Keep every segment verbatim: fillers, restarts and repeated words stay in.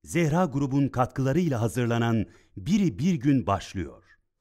Zehra Grubun katkılarıyla hazırlanan Biri Bir Gün başlıyor.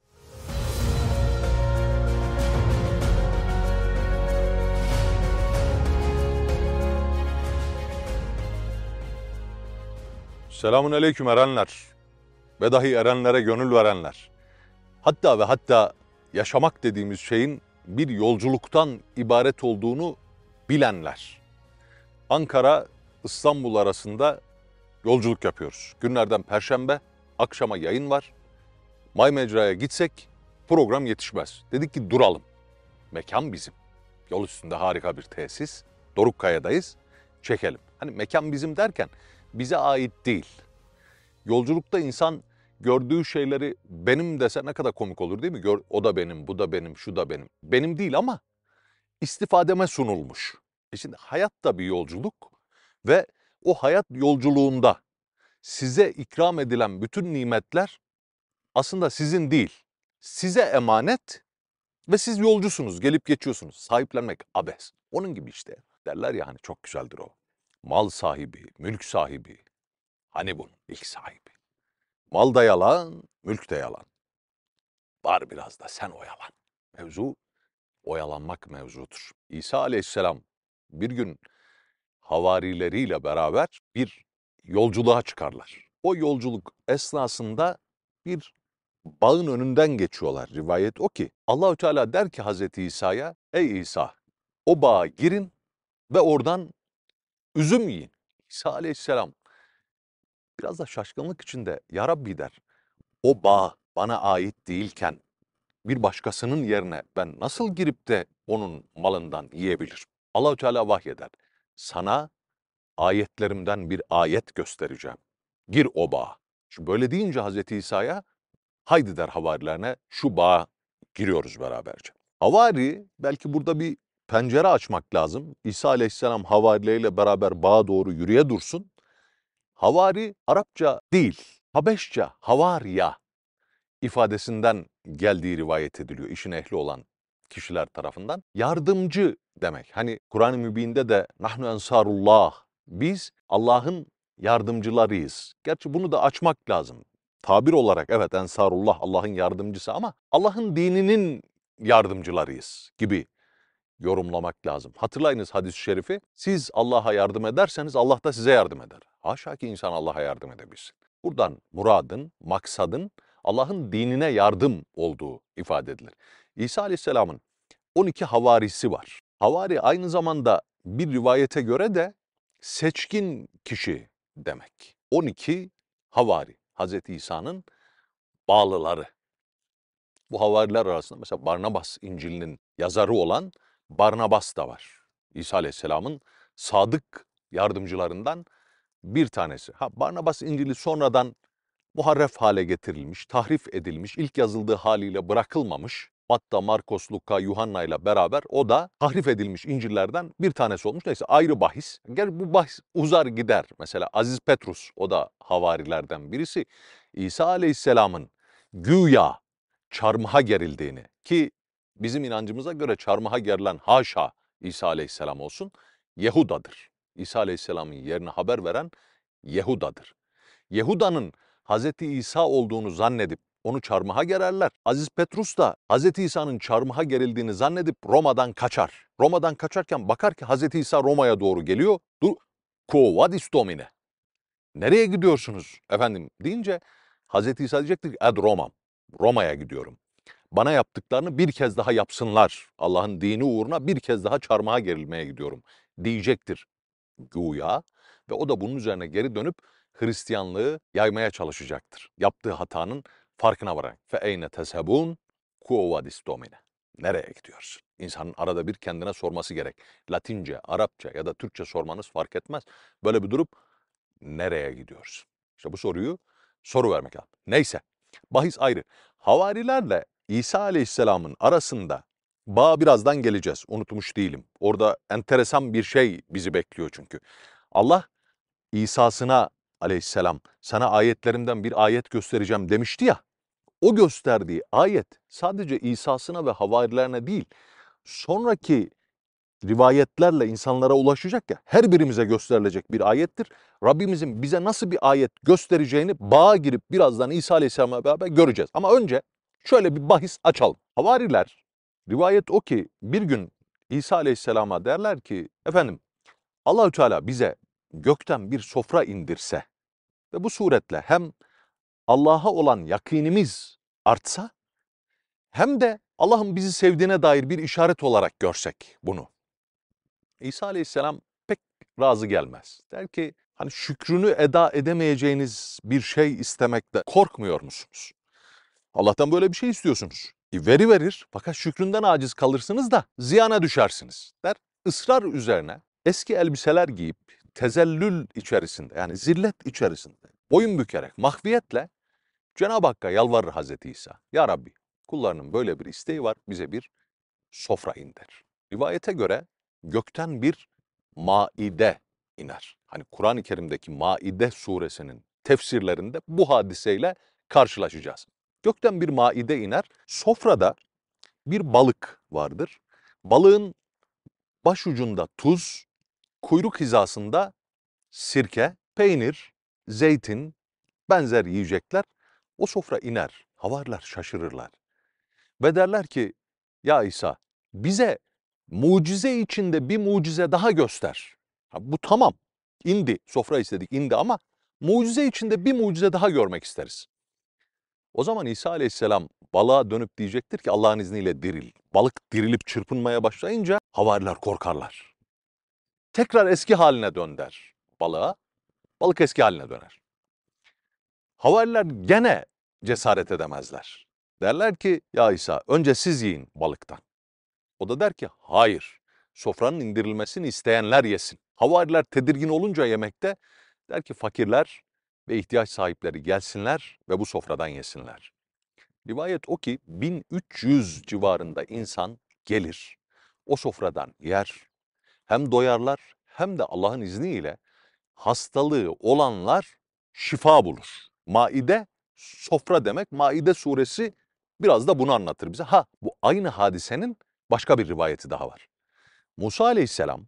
Selamun aleyküm erenler ve dahi erenlere gönül verenler. Hatta ve hatta yaşamak dediğimiz şeyin bir yolculuktan ibaret olduğunu bilenler. Ankara, İstanbul arasında yolculuk yapıyoruz. Günlerden Perşembe, akşama yayın var. May Mecra'ya gitsek program yetişmez. Dedik ki duralım. Mekan bizim. Yol üstünde harika bir tesis. Dorukkaya'dayız. Çekelim. Hani mekan bizim derken bize ait değil. Yolculukta insan gördüğü şeyleri benim dese ne kadar komik olur değil mi? Gör, o da benim, bu da benim, şu da benim. Benim değil ama istifademe sunulmuş. E şimdi hayat da bir yolculuk ve o hayat yolculuğunda size ikram edilen bütün nimetler aslında sizin değil. Size emanet ve siz yolcusunuz, gelip geçiyorsunuz. Sahiplenmek abes. Onun gibi işte. Derler ya hani çok güzeldir o. Mal sahibi, mülk sahibi. Hani bunun ilk sahibi. Mal da yalan, mülk de yalan. Var biraz da sen oyalan. Mevzu oyalanmak mevzudur. İsa Aleyhisselam bir gün havarileriyle beraber bir yolculuğa çıkarlar. O yolculuk esnasında bir bağın önünden geçiyorlar. Rivayet o ki Allahü Teala der ki Hazreti İsa'ya, ey İsa o bağa girin ve oradan üzüm yiyin. İsa Aleyhisselam biraz da şaşkınlık içinde ya Rabbi der, o bağ bana ait değilken bir başkasının yerine ben nasıl girip de onun malından yiyebilirim? Allahü Teala vahyeder. Sana ayetlerimden bir ayet göstereceğim. Gir o bağa. Şimdi böyle deyince Hazreti İsa'ya haydi der havarilerine şu bağa giriyoruz beraberce. Havari belki burada bir pencere açmak lazım. İsa Aleyhisselam havarileriyle beraber bağa doğru yürüye dursun. Havari Arapça değil, Habeşçe havariya ifadesinden geldiği rivayet ediliyor işin ehli olan kişiler tarafından. Yardımcı demek. Hani Kur'an-ı Mübin'de de nahnu ensarullah, biz Allah'ın yardımcılarıyız. Gerçi bunu da açmak lazım. Tabir olarak evet ensarullah Allah'ın yardımcısı ama Allah'ın dininin yardımcılarıyız gibi yorumlamak lazım. Hatırlayınız hadis-i şerifi. Siz Allah'a yardım ederseniz Allah da size yardım eder. Haşa ki insan Allah'a yardım edebilsin. Buradan muradın, maksadın Allah'ın dinine yardım olduğu ifade edilir. İsa Aleyhisselam'ın on iki havarisi var. Havari aynı zamanda bir rivayete göre de seçkin kişi demek. on iki havari, Hazreti İsa'nın bağlıları. Bu havariler arasında mesela Barnabas İncil'inin yazarı olan Barnabas da var. İsa Aleyhisselam'ın sadık yardımcılarından bir tanesi. Ha, Barnabas İncil'i sonradan muharref hale getirilmiş, tahrif edilmiş, ilk yazıldığı haliyle bırakılmamış. Matta, Markos, Luka, Yuhanna ile beraber o da tahrif edilmiş İncil'lerden bir tanesi olmuş. Neyse ayrı bahis. Gel bu bahis uzar gider. Mesela Aziz Petrus, o da havarilerden birisi. İsa Aleyhisselam'ın güya çarmıha gerildiğini, ki bizim inancımıza göre çarmıha gerilen haşa İsa Aleyhisselam olsun, Yehuda'dır. İsa Aleyhisselam'ın yerine haber veren Yehuda'dır. Yehuda'nın Hazreti İsa olduğunu zannedip onu çarmıha gererler. Aziz Petrus da Hazreti İsa'nın çarmıha gerildiğini zannedip Roma'dan kaçar. Roma'dan kaçarken bakar ki Hazreti İsa Roma'ya doğru geliyor. Dur, quo vadis domine. Nereye gidiyorsunuz efendim deyince Hazreti İsa diyecektir ki ad Romam. Roma'ya gidiyorum. Bana yaptıklarını bir kez daha yapsınlar. Allah'ın dini uğruna bir kez daha çarmıha gerilmeye gidiyorum diyecektir güya. Ve o da bunun üzerine geri dönüp Hristiyanlığı yaymaya çalışacaktır. Yaptığı hatanın farkına vararak. Fe eyne tezhebun quo vadis domine. Nereye gidiyorsun? İnsanın arada bir kendine sorması gerek. Latince, Arapça ya da Türkçe sormanız fark etmez. Böyle bir durup nereye gidiyorsun? İşte bu soruyu soru vermek lazım. Neyse, bahis ayrı. Havarilerle İsa Aleyhisselam'ın arasında bağa birazdan geleceğiz. Unutmuş değilim. Orada enteresan bir şey bizi bekliyor çünkü. Allah İsa'sına Aleyhisselam sana ayetlerimden bir ayet göstereceğim demişti ya. O gösterdiği ayet sadece İsa'sına ve havarilerine değil, sonraki rivayetlerle insanlara ulaşacak ya, her birimize gösterilecek bir ayettir. Rabbimizin bize nasıl bir ayet göstereceğini bağa girip birazdan İsa Aleyhisselam'la beraber göreceğiz. Ama önce şöyle bir bahis açalım. Havariler, rivayet o ki bir gün İsa Aleyhisselam'a derler ki, efendim Allahü Teala bize gökten bir sofra indirse ve bu suretle hem Allah'a olan yakinimiz artsa hem de Allah'ın bizi sevdiğine dair bir işaret olarak görsek bunu. İsa Aleyhisselam pek razı gelmez. Der ki, hani şükrünü eda edemeyeceğiniz bir şey istemekte korkmuyor musunuz? Allah'tan böyle bir şey istiyorsunuz. E, veri verir fakat şükründen aciz kalırsınız da ziyana düşersiniz der. Israr üzerine eski elbiseler giyip tezellül içerisinde, yani zillet içerisinde boyun bükerek mahviyetle Cenab-ı Hakk'a yalvarır Hazreti İsa. Ya Rabbi, kullarının böyle bir isteği var, bize bir sofra indir. Rivayete göre gökten bir maide iner. Hani Kur'an-ı Kerim'deki Maide suresinin tefsirlerinde bu hadiseyle karşılaşacağız. Gökten bir maide iner, sofrada bir balık vardır. Balığın başucunda tuz, kuyruk hizasında sirke, peynir, zeytin, benzer yiyecekler. O sofra iner, havariler şaşırırlar. Ve derler ki, ya İsa bize mucize içinde bir mucize daha göster. Ha, bu tamam, indi, sofra istedik indi ama mucize içinde bir mucize daha görmek isteriz. O zaman İsa Aleyhisselam balığa dönüp diyecektir ki Allah'ın izniyle diril. Balık dirilip çırpınmaya başlayınca havariler korkarlar. Tekrar eski haline dön der balığa. Balık eski haline döner. Havariler gene cesaret edemezler. Derler ki ya İsa önce siz yiyin balıktan. O da der ki hayır, sofranın indirilmesini isteyenler yesin. Havariler tedirgin olunca yemekte der ki fakirler ve ihtiyaç sahipleri gelsinler ve bu sofradan yesinler. Rivayet o ki bin üç yüz civarında insan gelir, o sofradan yer, hem doyarlar hem de Allah'ın izniyle hastalığı olanlar şifa bulur. Maide sofra demek. Maide suresi biraz da bunu anlatır bize. Ha, bu aynı hadisenin başka bir rivayeti daha var. Musa Aleyhisselam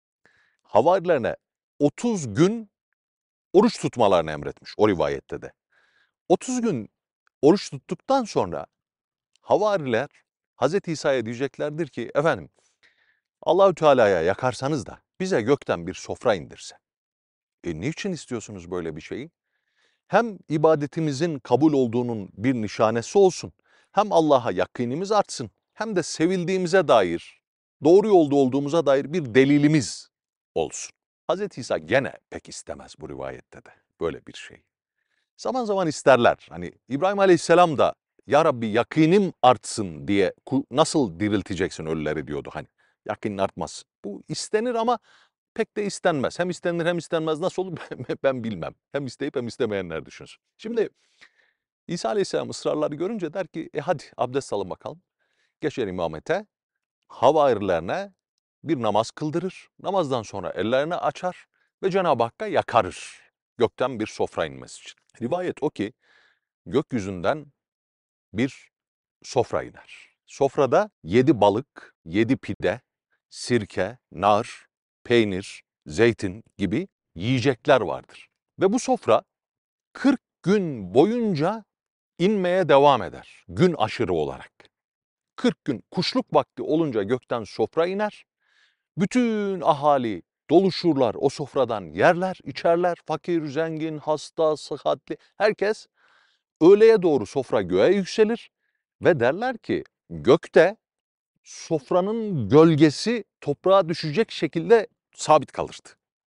havarilerine otuz gün oruç tutmalarını emretmiş o rivayette de. otuz gün oruç tuttuktan sonra havariler Hazreti İsa'ya diyeceklerdir ki efendim Allahü Teala'ya yakarsanız da bize gökten bir sofra indirse. E niçin istiyorsunuz böyle bir şeyi? Hem ibadetimizin kabul olduğunun bir nişanesi olsun, hem Allah'a yakinimiz artsın, hem de sevildiğimize dair, doğru yolda olduğumuza dair bir delilimiz olsun. Hazreti İsa gene pek istemez bu rivayette de böyle bir şey. Zaman zaman isterler. Hani İbrahim Aleyhisselam da ya Rabbi yakinim artsın diye nasıl dirilteceksin ölüleri diyordu hani. Yakinin artmaz. Bu istenir ama pek de istenmez. Hem istenir hem istenmez nasıl olur ben bilmem. Hem isteyip hem istemeyenler düşünsün. Şimdi İsa Aleyhisselam ısrarları görünce der ki e hadi abdest alın bakalım. Geçer imamete, havarilerine bir namaz kıldırır. Namazdan sonra ellerini açar ve Cenab-ı Hakk'a yakarır. Gökten bir sofra inmesi için. Rivayet o ki gökyüzünden bir sofra iner. Sofrada yedi balık, yedi pide, sirke, nar, peynir, zeytin gibi yiyecekler vardır. Ve bu sofra kırk gün boyunca inmeye devam eder. Gün aşırı olarak. kırk gün kuşluk vakti olunca gökten sofra iner. Bütün ahali doluşurlar o sofradan yerler, içerler. Fakir, zengin, hasta, sıhhatli herkes öğleye doğru sofra göğe yükselir ve derler ki gökte sofranın gölgesi toprağa düşecek şekilde sabit kalırdı.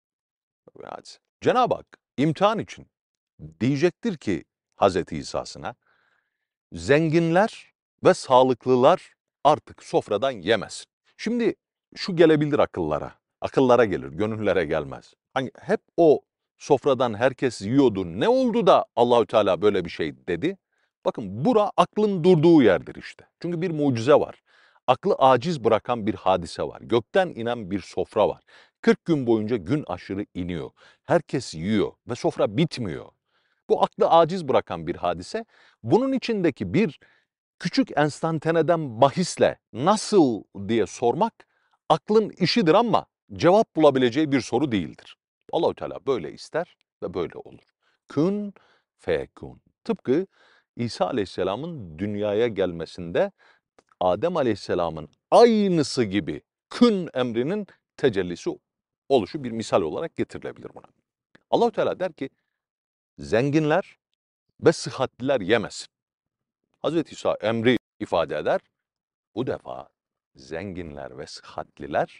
Cenab-ı Hak imtihan için diyecektir ki Hazreti İsa'sına zenginler ve sağlıklılar artık sofradan yemesin. Şimdi şu gelebilir akıllara, akıllara gelir, gönüllere gelmez. Hani hep o sofradan herkes yiyordu, ne oldu da Allahü Teala böyle bir şey dedi? Bakın bura aklın durduğu yerdir işte. Çünkü bir mucize var. Aklı aciz bırakan bir hadise var. Gökten inen bir sofra var. kırk gün boyunca gün aşırı iniyor. Herkes yiyor ve sofra bitmiyor. Bu aklı aciz bırakan bir hadise. Bunun içindeki bir küçük enstantaneden bahisle nasıl diye sormak aklın işidir ama cevap bulabileceği bir soru değildir. Allahu Teala böyle ister ve böyle olur. Kün feyekûn. Tıpkı İsa Aleyhisselam'ın dünyaya gelmesinde Adem Aleyhisselam'ın aynısı gibi kün emrinin tecellisi oluşu bir misal olarak getirilebilir buna. Allahu Teala der ki zenginler ve sıhhatliler yemesin. Hazreti İsa emri ifade eder. Bu defa zenginler ve sıhhatliler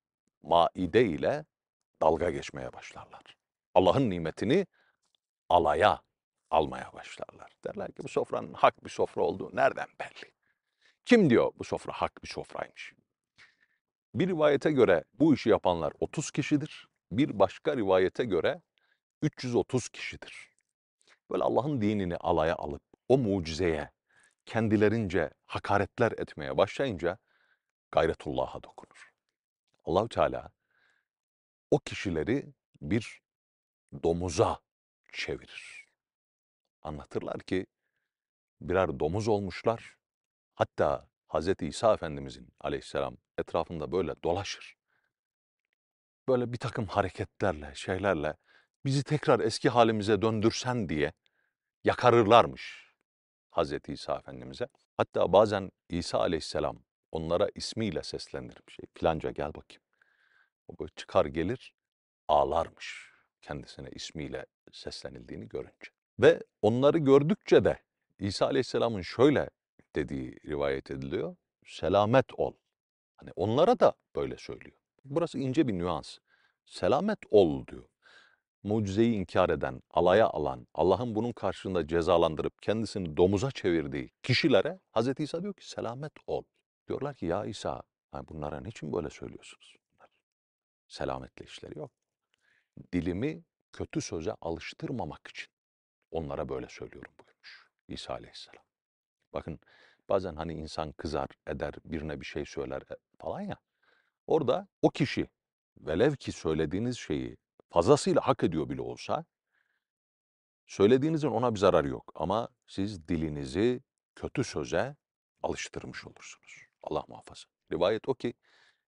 maide ile dalga geçmeye başlarlar. Allah'ın nimetini alaya almaya başlarlar. Derler ki bu sofranın hak bir sofra olduğu nereden belli? Kim diyor bu sofra hak bir sofraymış? Bir rivayete göre bu işi yapanlar otuz kişidir. Bir başka rivayete göre üç yüz otuz kişidir. Böyle Allah'ın dinini alaya alıp o mucizeye kendilerince hakaretler etmeye başlayınca gayretullah'a dokunur. Allahu Teala o kişileri bir domuza çevirir. Anlatırlar ki birer domuz olmuşlar. Hatta Hazreti İsa Efendimizin aleyhisselam etrafında böyle dolaşır. Böyle bir takım hareketlerle, şeylerle bizi tekrar eski halimize döndürsen diye yakarırlarmış Hazreti İsa Efendimiz'e. Hatta bazen İsa Aleyhisselam onlara ismiyle seslenir bir şey. Filanca gel bakayım. O böyle çıkar gelir ağlarmış kendisine ismiyle seslenildiğini görünce. Ve onları gördükçe de İsa Aleyhisselam'ın şöyle dediği rivayet ediliyor. Selamet ol. Hani onlara da böyle söylüyor. Burası ince bir nüans. Selamet ol diyor. Mucizeyi inkar eden, alaya alan, Allah'ın bunun karşılığında cezalandırıp kendisini domuza çevirdiği kişilere Hazreti İsa diyor ki selamet ol. Diyorlar ki ya İsa bunlara niçin böyle söylüyorsunuz? Selametle işleri yok. Dilimi kötü söze alıştırmamak için onlara böyle söylüyorum buyurmuş İsa Aleyhisselam. Bakın bazen hani insan kızar, eder, birine bir şey söyler falan ya. Orada o kişi velev ki söylediğiniz şeyi fazlasıyla hak ediyor bile olsa söylediğinizin ona bir zararı yok. Ama siz dilinizi kötü söze alıştırmış olursunuz. Allah muhafaza. Rivayet o ki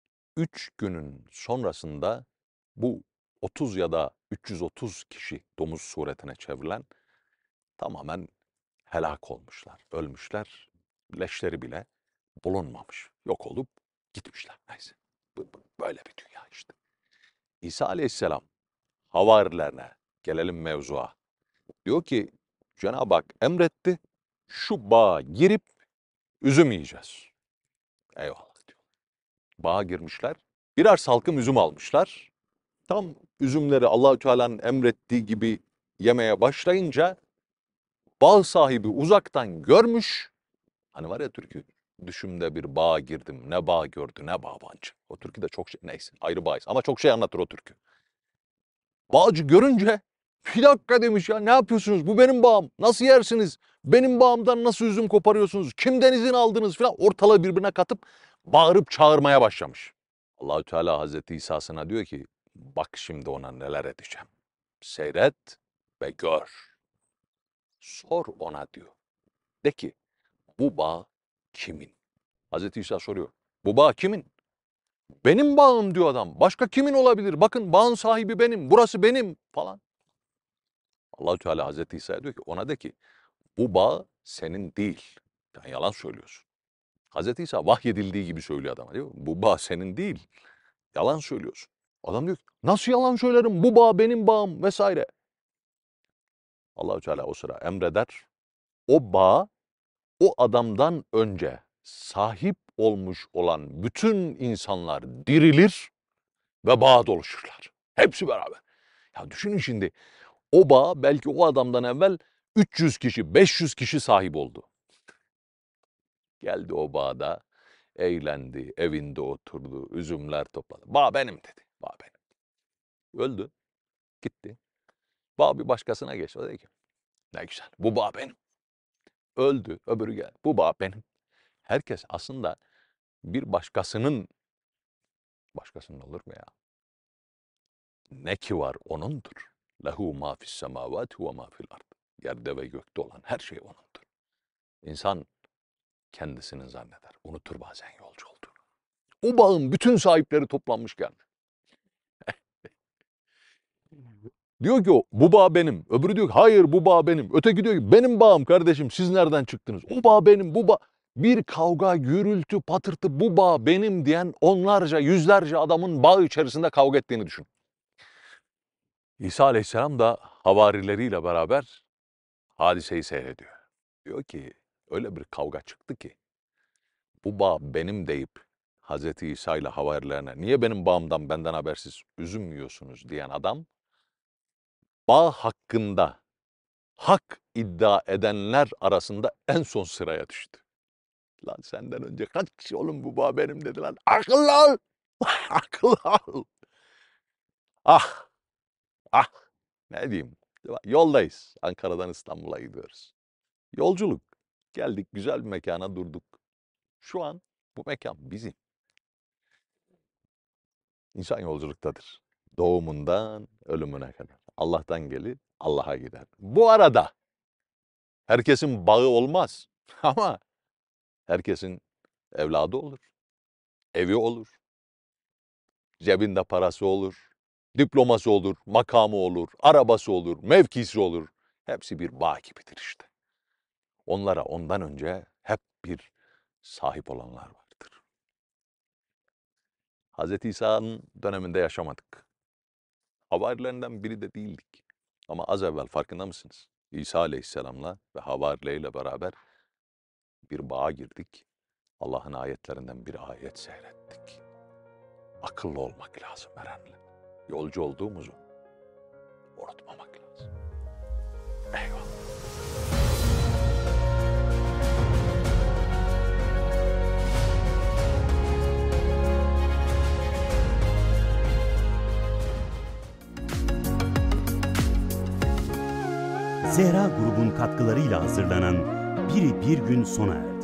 üç günün sonrasında bu otuz ya da üç yüz otuz kişi domuz suretine çevrilen tamamen helak olmuşlar, ölmüşler, leşleri bile bulunmamış, yok olup gitmişler. Neyse, böyle bir dünya işte. İsa Aleyhisselam havarilerine, gelelim mevzuya, diyor ki Cenab-ı Hak emretti, şu bağa girip üzüm yiyeceğiz. Eyvallah diyor. Bağa girmişler, birer salkım üzüm almışlar. Tam üzümleri Allahü Teala'nın emrettiği gibi yemeye başlayınca bağ sahibi uzaktan görmüş. Hani var ya türkü, düşümde bir bağa girdim, ne bağ gördü ne bağbancı. O türkü de çok şey, neyse ayrı bahis ama çok şey anlatır o türkü. Bağcı görünce bir dakika demiş ya ne yapıyorsunuz, bu benim bağım, nasıl yersiniz, benim bağımdan nasıl üzüm koparıyorsunuz, kimden izin aldınız falan, ortalığı birbirine katıp bağırıp çağırmaya başlamış. Allahü Teala Hazreti İsa'sına diyor ki bak şimdi ona neler edeceğim. Seyret ve gör. Sor ona diyor. De ki bu bağ kimin? Hazreti İsa soruyor. Bu bağ kimin? Benim bağım diyor adam. Başka kimin olabilir? Bakın bağın sahibi benim. Burası benim falan. Allahü Teala Hazreti İsa'ya diyor ki ona de ki bu bağ senin değil. Sen yalan söylüyorsun. Hazreti İsa vahyedildiği gibi söylüyor adama diyor. Bu bağ senin değil. Yalan söylüyorsun. Adam diyor ki nasıl yalan söylerim? Bu bağ benim bağım vesaire. Allahü Teala o sıra emreder. O bağ o adamdan önce sahip olmuş olan bütün insanlar dirilir ve bağa doluşurlar. Hepsi beraber. Ya düşünün şimdi o bağ belki o adamdan evvel üç yüz kişi, beş yüz kişi sahip oldu. Geldi o bağda, eğlendi, evinde oturdu, üzümler topladı. Bağ benim dedi. Bağ benim. Öldü, gitti. Bağ bir başkasına geçti. O dedi ki ne güzel bu bağ benim. Öldü, öbürü geldi. Bu bağ benim. Herkes aslında bir başkasının, başkasının olur mu ya? Ne ki var onundur. Lehu ma fis semavati ve ma fil ard. Yerde ve gökte olan her şey onundur. İnsan kendisini zanneder. Unutur bazen yolcu olduğunu. O bağın bütün sahipleri toplanmış geldi. Diyor ki o, bu bağ benim. Öbürü diyor ki hayır bu bağ benim. Öteki diyor ki benim bağım kardeşim, siz nereden çıktınız? O bağ benim, bu bağ. Bir kavga, gürültü, patırtı, bu bağ benim diyen onlarca, yüzlerce adamın bağ içerisinde kavga ettiğini düşün. İsa Aleyhisselam da havarileriyle beraber hadiseyi seyrediyor. Diyor ki öyle bir kavga çıktı ki bu bağ benim deyip Hazreti İsa ile havarilerine niye benim bağımdan benden habersiz üzüm yiyorsunuz diyen adam bağ hakkında hak iddia edenler arasında en son sıraya düştü. Lan senden önce kaç kişi oğlum bu bağ benim dedi lan. Akıl al! Akıl al! Ah! Ah! Ne diyeyim? Yoldayız. Ankara'dan İstanbul'a gidiyoruz. Yolculuk. Geldik güzel bir mekana durduk. Şu an bu mekan bizim. İnsan yolculuktadır. Doğumundan ölümüne kadar. Allah'tan gelir, Allah'a gider. Bu arada herkesin bağı olmaz ama herkesin evladı olur, evi olur, cebinde parası olur, diploması olur, makamı olur, arabası olur, mevkisi olur. Hepsi bir bağ gibidir işte. Onlara ondan önce hep bir sahip olanlar vardır. Hazreti İsa'nın döneminde yaşamadık. Havarilerinden biri de değildik. Ama az evvel farkında mısınız? İsa Aleyhisselam'la ve havarileriyle beraber bir bağa girdik. Allah'ın ayetlerinden bir ayet seyrettik. Akıllı olmak lazım Eren'le. Yolcu olduğumuzu unutmamak lazım. Eyvallah. Zehra grubun katkılarıyla hazırlanan Biri Bir Gün sona erdi.